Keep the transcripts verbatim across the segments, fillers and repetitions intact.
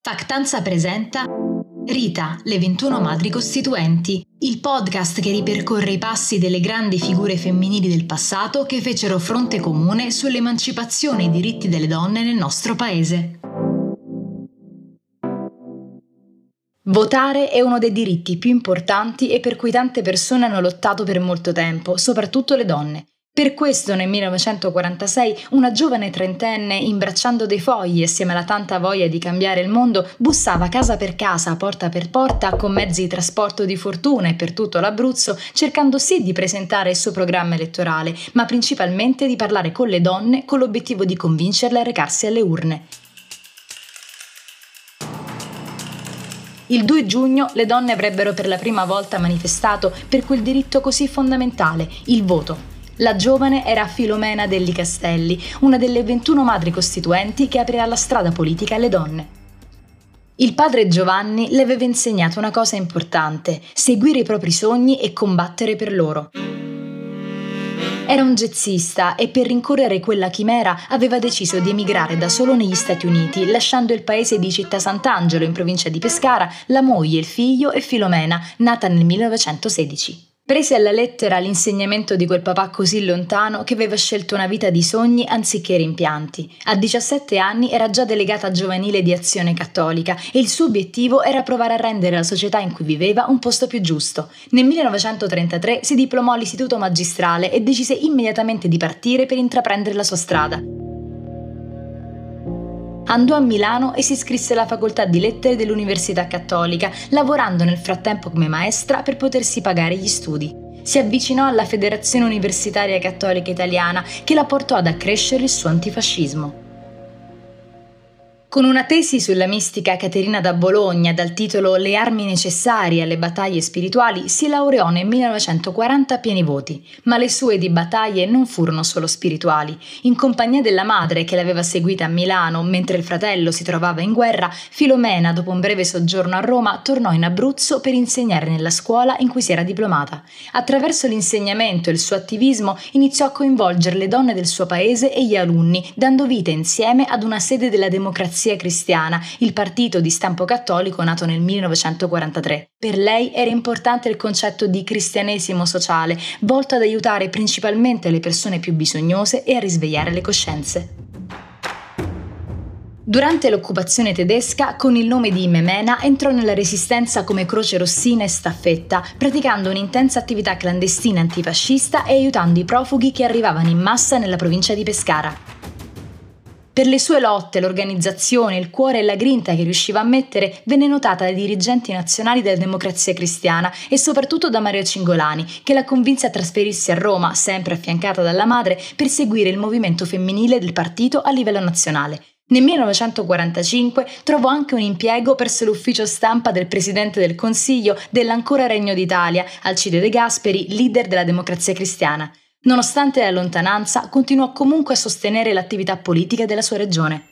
Factanza presenta Rita, le ventuno madri costituenti, il podcast che ripercorre i passi delle grandi figure femminili del passato che fecero fronte comune sull'emancipazione e i diritti delle donne nel nostro paese. Votare è uno dei diritti più importanti e per cui tante persone hanno lottato per molto tempo, soprattutto le donne. Per questo nel millenovecentoquarantasei una giovane trentenne, imbracciando dei fogli assieme alla tanta voglia di cambiare il mondo, bussava casa per casa, porta per porta, con mezzi di trasporto di fortuna e per tutto l'Abruzzo, cercando sì di presentare il suo programma elettorale, ma principalmente di parlare con le donne con l'obiettivo di convincerle a recarsi alle urne. Il due giugno le donne avrebbero per la prima volta manifestato per quel diritto così fondamentale, il voto. La giovane era Filomena Delli Castelli, una delle ventuno madri costituenti che aprirà la strada politica alle donne. Il padre Giovanni le aveva insegnato una cosa importante: seguire i propri sogni e combattere per loro. Era un jazzista e per rincorrere quella chimera aveva deciso di emigrare da solo negli Stati Uniti, lasciando il paese di Città Sant'Angelo in provincia di Pescara, la moglie, il figlio e Filomena, nata nel millenovecentosedici. Prese alla lettera l'insegnamento di quel papà così lontano che aveva scelto una vita di sogni anziché rimpianti. A diciassette anni era già delegata giovanile di Azione Cattolica e il suo obiettivo era provare a rendere la società in cui viveva un posto più giusto. Nel millenovecentotrentatré si diplomò all'istituto magistrale e decise immediatamente di partire per intraprendere la sua strada. Andò a Milano e si iscrisse alla facoltà di lettere dell'Università Cattolica, lavorando nel frattempo come maestra per potersi pagare gli studi. Si avvicinò alla Federazione Universitaria Cattolica Italiana, che la portò ad accrescere il suo antifascismo. Con una tesi sulla mistica Caterina da Bologna dal titolo Le armi necessarie alle battaglie spirituali si laureò nel millenovecentoquaranta a pieni voti, ma le sue di battaglie non furono solo spirituali. In compagnia della madre che l'aveva seguita a Milano mentre il fratello si trovava in guerra, Filomena, dopo un breve soggiorno a Roma, tornò in Abruzzo per insegnare nella scuola in cui si era diplomata. Attraverso l'insegnamento e il suo attivismo iniziò a coinvolgere le donne del suo paese e gli alunni, dando vita insieme ad una sede della Democrazia Cristiana, il partito di stampo cattolico nato nel millenovecentoquarantatré. Per lei era importante il concetto di cristianesimo sociale, volto ad aiutare principalmente le persone più bisognose e a risvegliare le coscienze. Durante l'occupazione tedesca, con il nome di Memena, entrò nella resistenza come croce rossina e staffetta, praticando un'intensa attività clandestina antifascista e aiutando i profughi che arrivavano in massa nella provincia di Pescara. Per le sue lotte, l'organizzazione, il cuore e la grinta che riusciva a mettere venne notata dai dirigenti nazionali della Democrazia Cristiana e soprattutto da Maria Cingolani, che la convinse a trasferirsi a Roma, sempre affiancata dalla madre, per seguire il movimento femminile del partito a livello nazionale. Nel millenovecentoquarantacinque trovò anche un impiego presso l'ufficio stampa del Presidente del Consiglio dell'ancora Regno d'Italia, Alcide De Gasperi, leader della Democrazia Cristiana. Nonostante la lontananza, continuò comunque a sostenere l'attività politica della sua regione.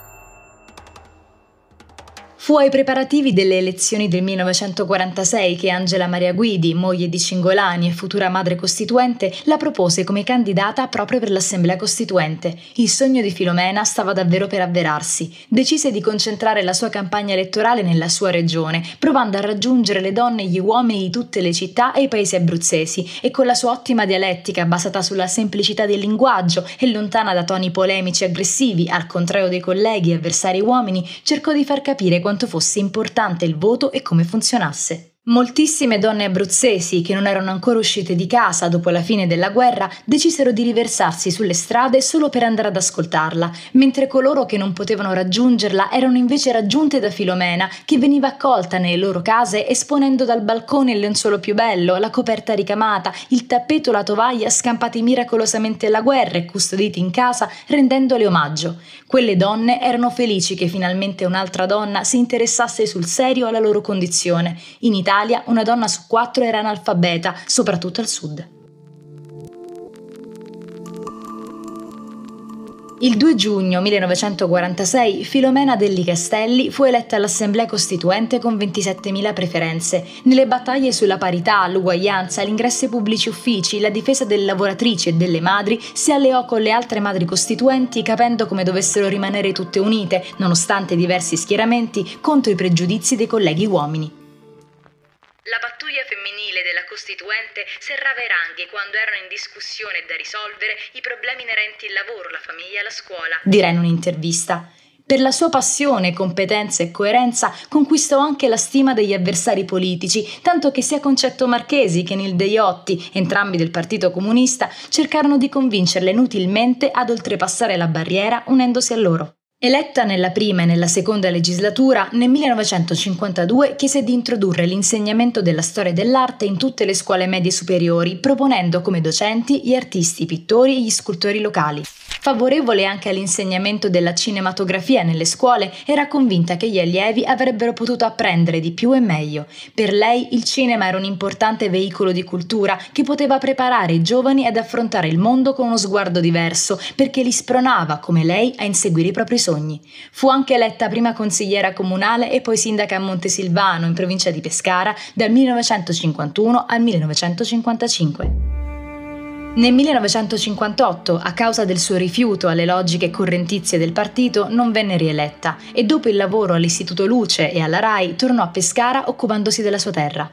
Fu ai preparativi delle elezioni del millenovecentoquarantasei che Angela Maria Guidi, moglie di Cingolani e futura madre costituente, la propose come candidata proprio per l'Assemblea Costituente. Il sogno di Filomena stava davvero per avverarsi. Decise di concentrare la sua campagna elettorale nella sua regione, provando a raggiungere le donne e gli uomini di tutte le città e i paesi abruzzesi, e con la sua ottima dialettica basata sulla semplicità del linguaggio e lontana da toni polemici e aggressivi, al contrario dei colleghi e avversari uomini, cercò di far capire quanto fosse importante il voto e come funzionasse. Moltissime donne abruzzesi, che non erano ancora uscite di casa dopo la fine della guerra, decisero di riversarsi sulle strade solo per andare ad ascoltarla, mentre coloro che non potevano raggiungerla erano invece raggiunte da Filomena, che veniva accolta nelle loro case esponendo dal balcone il lenzuolo più bello, la coperta ricamata, il tappeto o la tovaglia scampati miracolosamente alla guerra e custoditi in casa, rendendole omaggio. Quelle donne erano felici che finalmente un'altra donna si interessasse sul serio alla loro condizione. In Italia una donna su quattro era analfabeta, soprattutto al sud. Il due giugno millenovecentoquarantasei Filomena Delli Castelli fu eletta all'Assemblea Costituente con ventisettemila preferenze. Nelle battaglie sulla parità, l'uguaglianza, l'ingresso ai pubblici uffici, la difesa delle lavoratrici e delle madri, si alleò con le altre madri costituenti capendo come dovessero rimanere tutte unite, nonostante diversi schieramenti, contro i pregiudizi dei colleghi uomini. La pattuglia femminile della Costituente serrava i ranghi quando erano in discussione da risolvere i problemi inerenti al lavoro, la famiglia e la scuola, dirà in un'intervista. Per la sua passione, competenza e coerenza conquistò anche la stima degli avversari politici, tanto che sia Concetto Marchesi che Nilde Iotti, entrambi del Partito Comunista, cercarono di convincerla inutilmente ad oltrepassare la barriera unendosi a loro. Eletta nella prima e nella seconda legislatura, nel millenovecentocinquantadue chiese di introdurre l'insegnamento della storia dell'arte in tutte le scuole medie superiori, proponendo come docenti gli artisti, i pittori e gli scultori locali. Favorevole anche all'insegnamento della cinematografia nelle scuole, era convinta che gli allievi avrebbero potuto apprendere di più e meglio. Per lei il cinema era un importante veicolo di cultura che poteva preparare i giovani ad affrontare il mondo con uno sguardo diverso, perché li spronava, come lei, a inseguire i propri sogni. Fu anche eletta prima consigliera comunale e poi sindaca a Montesilvano, in provincia di Pescara, dal millenovecentocinquantuno al millenovecentocinquantacinque. Nel millenovecentocinquantotto, a causa del suo rifiuto alle logiche correntizie del partito, non venne rieletta e dopo il lavoro all'Istituto Luce e alla RAI tornò a Pescara occupandosi della sua terra.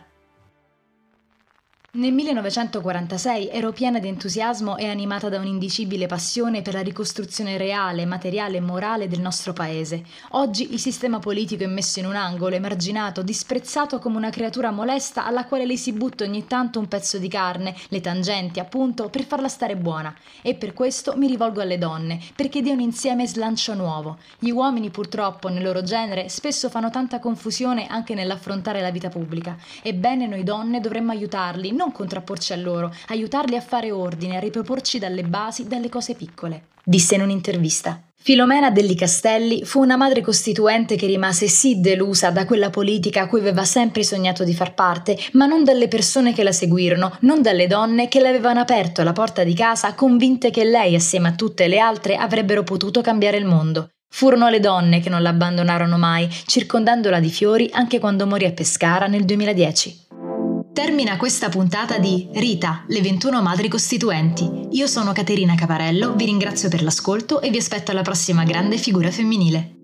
Nel millenovecentoquarantasei ero piena di entusiasmo e animata da un'indicibile passione per la ricostruzione reale, materiale e morale del nostro paese. Oggi il sistema politico è messo in un angolo, emarginato, disprezzato come una creatura molesta alla quale le si butta ogni tanto un pezzo di carne, le tangenti appunto, per farla stare buona. E per questo mi rivolgo alle donne, perché dia un insieme slancio nuovo. Gli uomini purtroppo, nel loro genere, spesso fanno tanta confusione anche nell'affrontare la vita pubblica. Ebbene noi donne dovremmo aiutarli, non contrapporci a loro, aiutarli a fare ordine, a riproporci dalle basi, dalle cose piccole, disse in un'intervista. Filomena Delli Castelli fu una madre costituente che rimase sì delusa da quella politica a cui aveva sempre sognato di far parte, ma non dalle persone che la seguirono, non dalle donne che le avevano aperto la porta di casa convinte che lei, assieme a tutte le altre, avrebbero potuto cambiare il mondo. Furono le donne che non la abbandonarono mai, circondandola di fiori anche quando morì a Pescara nel duemiladieci. Termina questa puntata di Rita, le ventuno madri costituenti. Io sono Caterina Caparello, vi ringrazio per l'ascolto e vi aspetto alla prossima grande figura femminile.